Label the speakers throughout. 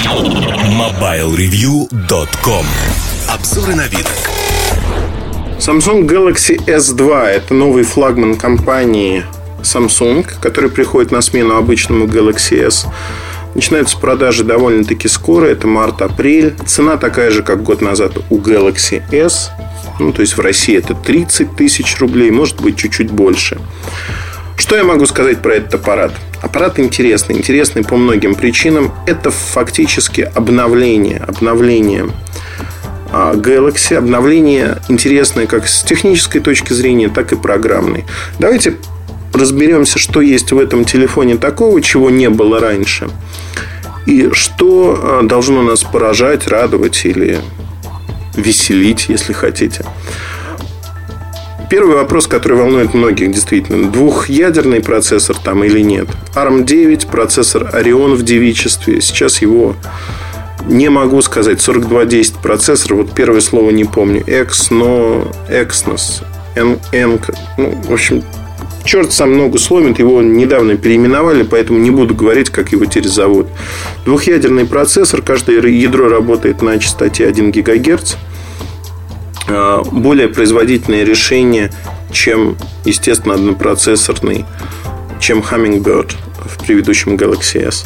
Speaker 1: MobileReview.com. Обзоры новинок.
Speaker 2: Samsung Galaxy S2 – это новый флагман компании Samsung, который приходит на смену обычному Galaxy S. Начинаются продажи довольно-таки скоро, это март-апрель. Цена такая же, как год назад у Galaxy S. То есть в России это 30 тысяч рублей, может быть чуть-чуть больше. Что я могу сказать про этот аппарат? Аппарат интересный. Интересный по многим причинам. Это фактически обновление Galaxy. Обновление интересное как с технической точки зрения, так и программной. Давайте разберемся, что есть в этом телефоне такого, чего не было раньше. И что должно нас поражать, радовать или веселить, если хотите. Первый вопрос, который волнует многих, действительно, двухъядерный процессор там или нет. ARM9, процессор Orion в девичестве. Сейчас его не могу сказать. 4210 процессор, вот первое слово не помню. Exynos. В общем, черт сам ногу сломит. Его недавно переименовали, поэтому не буду говорить, как его теперь зовут. Двухъядерный процессор. Каждое ядро работает на частоте 1 ГГц. Более производительное решение, чем, естественно, однопроцессорный, чем Hummingbird в предыдущем Galaxy S.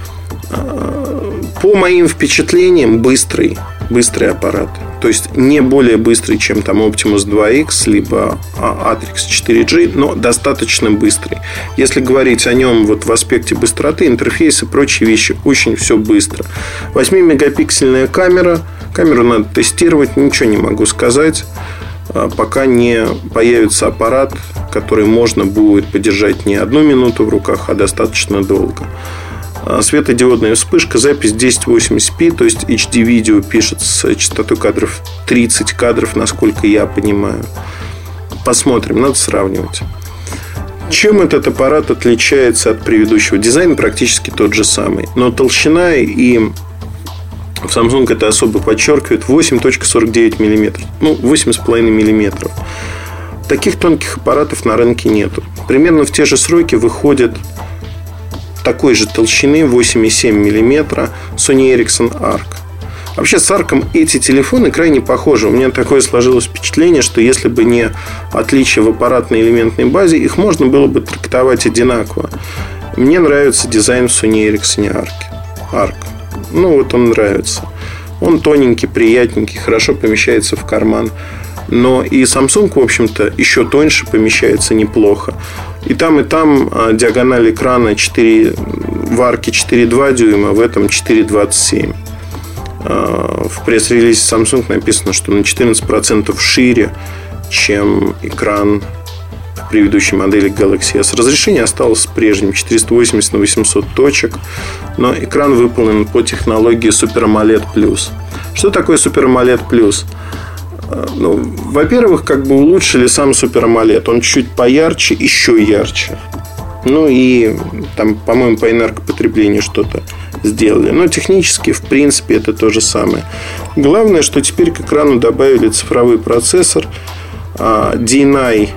Speaker 2: По моим впечатлениям, быстрый аппарат. То есть не более быстрый, чем там Optimus 2X, либо Atrix 4G, но достаточно быстрый. Если говорить о нем вот в аспекте быстроты, интерфейс и прочие вещи, очень все быстро. 8-мегапиксельная камера. Камеру надо тестировать, ничего не могу сказать, пока не появится аппарат, который можно будет подержать не 1 минуту в руках, а достаточно долго. Светодиодная вспышка, запись 1080p, то есть HD-видео пишет с частотой кадров 30 кадров, насколько я понимаю. Посмотрим, надо сравнивать. Чем этот аппарат отличается от предыдущего? Дизайн практически тот же самый, но толщина и Samsung это особо подчеркивает, 8.49 мм. 8,5 мм. Таких тонких аппаратов на рынке нету. Примерно в те же сроки выходит такой же толщины 8,7 мм Sony Ericsson Arc. Вообще с Arc эти телефоны крайне похожи. У меня такое сложилось впечатление, что если бы не отличие в аппаратной элементной базе, их можно было бы трактовать одинаково. Мне нравится дизайн Sony Ericsson Arc. Вот он нравится. Он тоненький, приятненький, хорошо помещается в карман. Но и Samsung, в общем-то, еще тоньше помещается неплохо. И там диагональ экрана в арке 4,2 дюйма, в этом 4,27. В пресс-релизе Samsung написано, что на 14% шире, чем экран в предыдущей модели Galaxy S. Разрешение осталось прежним, 480 на 800 точек, но экран выполнен по технологии Super AMOLED Plus. Что такое Super AMOLED Plus? Во-первых, улучшили сам Super AMOLED. Он чуть поярче, еще ярче. И там, по-моему, по энергопотреблению что-то сделали. Но технически, в принципе, это то же самое. Главное, что теперь к экрану добавили цифровой процессор DNI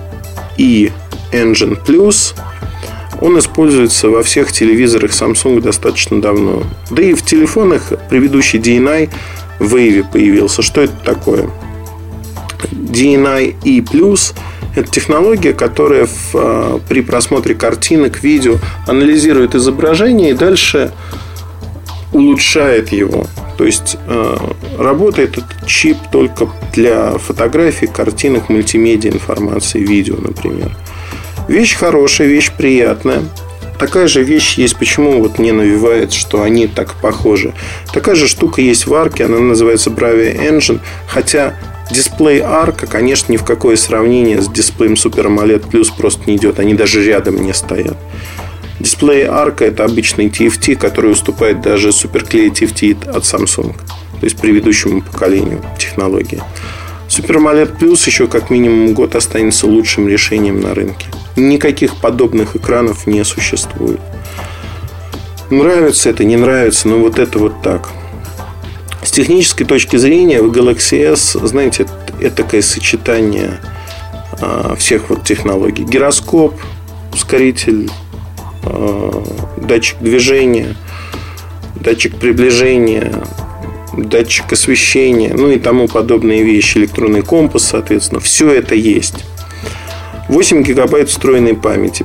Speaker 2: и Engine Plus. Он используется во всех телевизорах Samsung достаточно давно. Да и в телефонах предыдущий DNI Wave появился. Что это такое? DNI E+, это технология, которая при просмотре картинок, видео анализирует изображение и дальше улучшает его. То есть работает этот чип только для фотографий, картинок, мультимедиа, информации, видео, например. Вещь хорошая, вещь приятная. Такая же вещь есть, почему не навевает, что они так похожи. Такая же штука есть в Arc, она называется Bravia Engine. Хотя дисплей Arc, конечно, ни в какое сравнение с дисплеем Super AMOLED Plus просто не идет. Они даже рядом не стоят. Дисплей Arc это обычный TFT, который уступает даже SuperClear TFT от Samsung. То есть предыдущему поколению технологии. Super AMOLED Plus еще как минимум год останется лучшим решением на рынке. Никаких подобных экранов не существует. Нравится это, не нравится, но это так. С технической точки зрения в Galaxy S, знаете, это такое сочетание всех технологий. Гироскоп, ускоритель, датчик движения. датчик приближения, датчик освещения, ну и тому подобные вещи, электронный компас, соответственно, все это есть. 8 гигабайт встроенной памяти.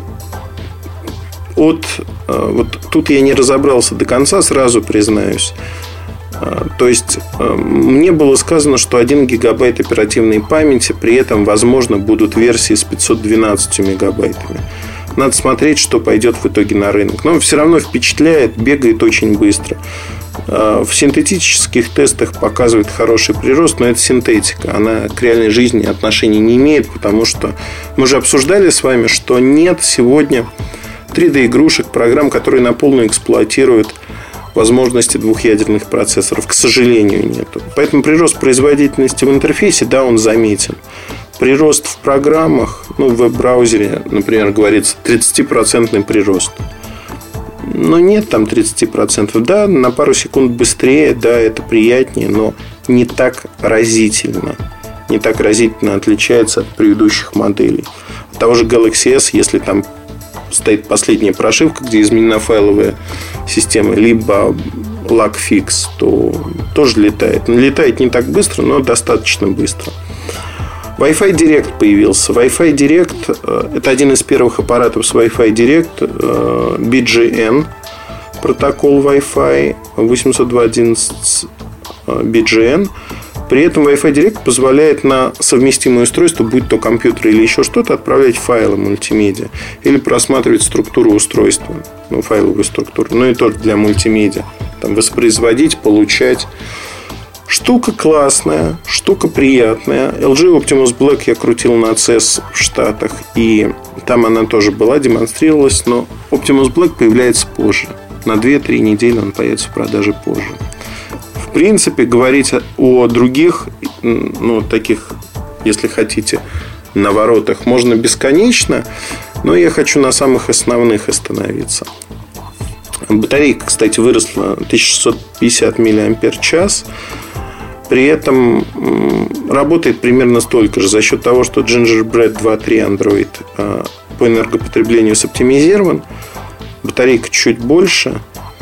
Speaker 2: Вот тут я не разобрался до конца, сразу признаюсь. То есть мне было сказано, что 1 гигабайт оперативной памяти, при этом, возможно, будут версии с 512 мегабайтами. Надо смотреть, что пойдет в итоге на рынок. Но все равно впечатляет, бегает очень быстро. В синтетических тестах показывает хороший прирост, но это синтетика. Она к реальной жизни отношения не имеет, потому что мы же обсуждали с вами, что нет сегодня 3D-игрушек, программ, которые на полную эксплуатируют возможности двухъядерных процессоров. К сожалению, нету. Поэтому прирост производительности в интерфейсе, да, он заметен. Прирост в программах, в веб-браузере, например, говорится 30% прирост. Но нет там 30%. Да, на пару секунд быстрее, да, это приятнее, но не так разительно. Не так разительно отличается от предыдущих моделей. От того же Galaxy S, если там стоит последняя прошивка, где изменена файловая система, либо lag-fix, то тоже летает. Летает не так быстро, но достаточно быстро. Wi-Fi Direct появился. Wi-Fi Direct – это один из первых аппаратов с Wi-Fi Direct, BGN, протокол Wi-Fi 802.11 BGN. При этом Wi-Fi Direct позволяет на совместимое устройство, будь то компьютер или еще что-то, отправлять файлы мультимедиа или просматривать структуру устройства, файловую структуру, и тоже для мультимедиа. Там воспроизводить, получать. Штука классная, штука приятная. LG Optimus Black я крутил на CES в Штатах, и там она тоже была, демонстрировалась, но Optimus Black появляется позже. На 2-3 недели он появится в продаже позже. В принципе, говорить о других, таких, если хотите, наворотах можно бесконечно, но я хочу на самых основных остановиться. Батарейка, кстати, выросла 1650 мАч. При этом работает примерно столько же за счет того, что Gingerbread 2.3 Android по энергопотреблению соптимизирован. Батарейка чуть больше.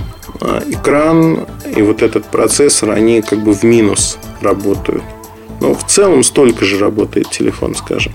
Speaker 2: Экран и вот этот процессор, они как бы в минус работают. Но в целом столько же работает телефон, скажем.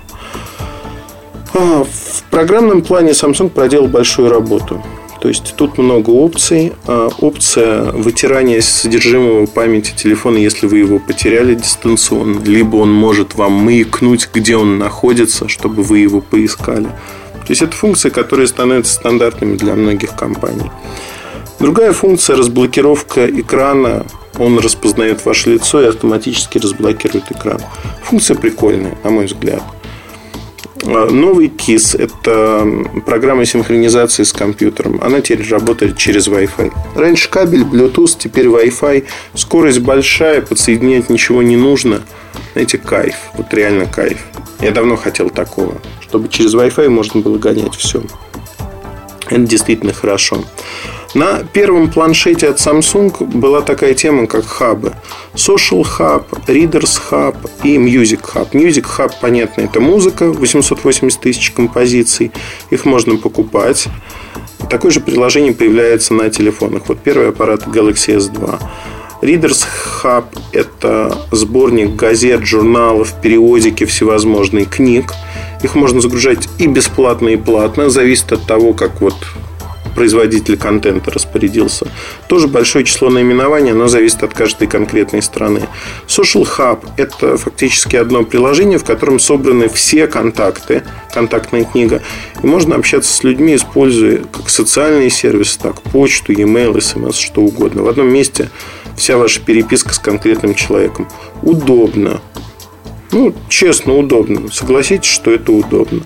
Speaker 2: В программном плане Samsung проделал большую работу. То есть тут много опций. Опция вытирания содержимого памяти телефона, если вы его потеряли дистанционно, либо он может вам маякнуть, где он находится, чтобы вы его поискали. То есть это функции, которые становятся стандартными для многих компаний. Другая функция — разблокировка экрана. Он распознает ваше лицо и автоматически разблокирует экран. Функция прикольная, на мой взгляд. Новый KISS – это программа синхронизации с компьютером. Она теперь работает через Wi-Fi. Раньше кабель, Bluetooth, теперь Wi-Fi. Скорость большая, подсоединять ничего не нужно. Знаете, кайф. Вот реально кайф. Я давно хотел такого, чтобы через Wi-Fi можно было гонять все. Это действительно хорошо. На первом планшете от Samsung была такая тема, как хабы. Social Hub, Readers Hub и Music Hub. Music Hub, понятно, это музыка, 880 тысяч композиций. Их можно покупать. Такое же приложение появляется на телефонах. Вот первый аппарат Galaxy S2. Readers Hub – это сборник газет, журналов, периодики, всевозможных книг. Их можно загружать и бесплатно, и платно. Зависит от того, как производитель контента распорядился. Тоже большое число наименований, оно зависит от каждой конкретной страны. Social Hub – это фактически одно приложение, в котором собраны все контакты, контактная книга. И можно общаться с людьми, используя как социальные сервисы, так почту, e-mail, смс, что угодно. В одном месте вся ваша переписка с конкретным человеком. Удобно. Честно, удобно. Согласитесь, что это удобно.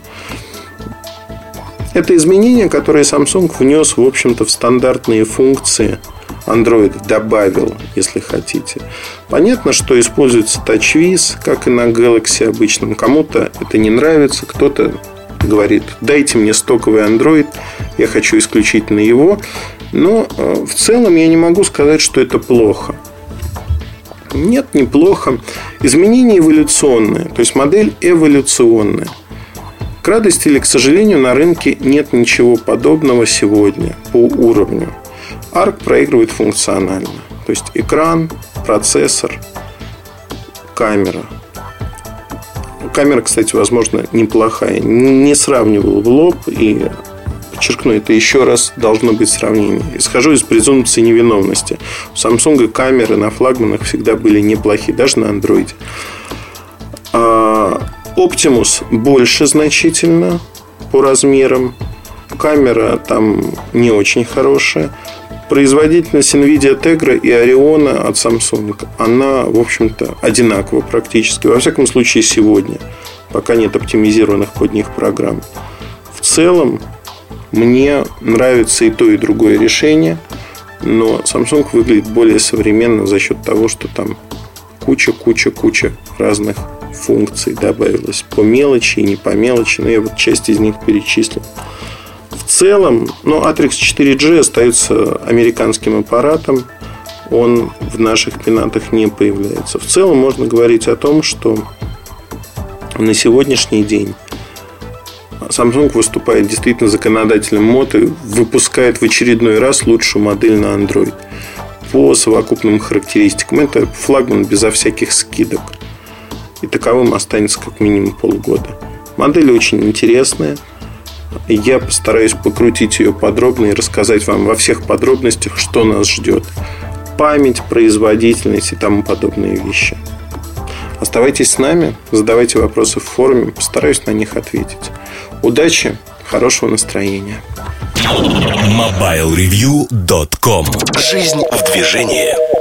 Speaker 2: Это изменение, которое Samsung внес, в общем-то, в стандартные функции Android, добавил, если хотите. Понятно, что используется TouchWiz, как и на Galaxy обычном. Кому-то это не нравится, кто-то говорит: дайте мне стоковый Android, я хочу исключительно его. Но в целом я не могу сказать, что это плохо. Нет, неплохо. Изменение эволюционное, то есть модель эволюционная. К радости или к сожалению, на рынке нет ничего подобного сегодня по уровню. ARC проигрывает функционально. То есть экран, процессор, камера. Камера, кстати, возможно, неплохая. Не сравнивал в лоб и подчеркну, это еще раз должно быть сравнение. Исхожу из презумпции невиновности. У Samsung камеры на флагманах всегда были неплохие, даже на Android. Optimus больше значительно по размерам. Камера там не очень хорошая. Производительность NVIDIA Tegra и Orion от Samsung, она, в общем-то, одинакова практически. Во всяком случае, сегодня, пока нет оптимизированных под них программ. В целом, мне нравится и то, и другое решение. Но Samsung выглядит более современно за счет того, что там куча разных функций добавилось. По мелочи и не по мелочи. Но я вот часть из них перечислил. В целом, Atrix 4G остается американским аппаратом. Он в наших пенатах не появляется. В целом можно говорить о том, что на сегодняшний день Samsung выступает действительно законодателем мод и выпускает в очередной раз лучшую модель на Android. По совокупным характеристикам это флагман безо всяких скидок. И таковым останется как минимум полгода. Модель очень интересная. Я постараюсь покрутить ее подробно и рассказать вам во всех подробностях, что нас ждет. Память, производительность и тому подобные вещи. Оставайтесь с нами, задавайте вопросы в форуме, постараюсь на них ответить. Удачи, хорошего настроения.
Speaker 1: MobileReview.com. Жизнь в движении.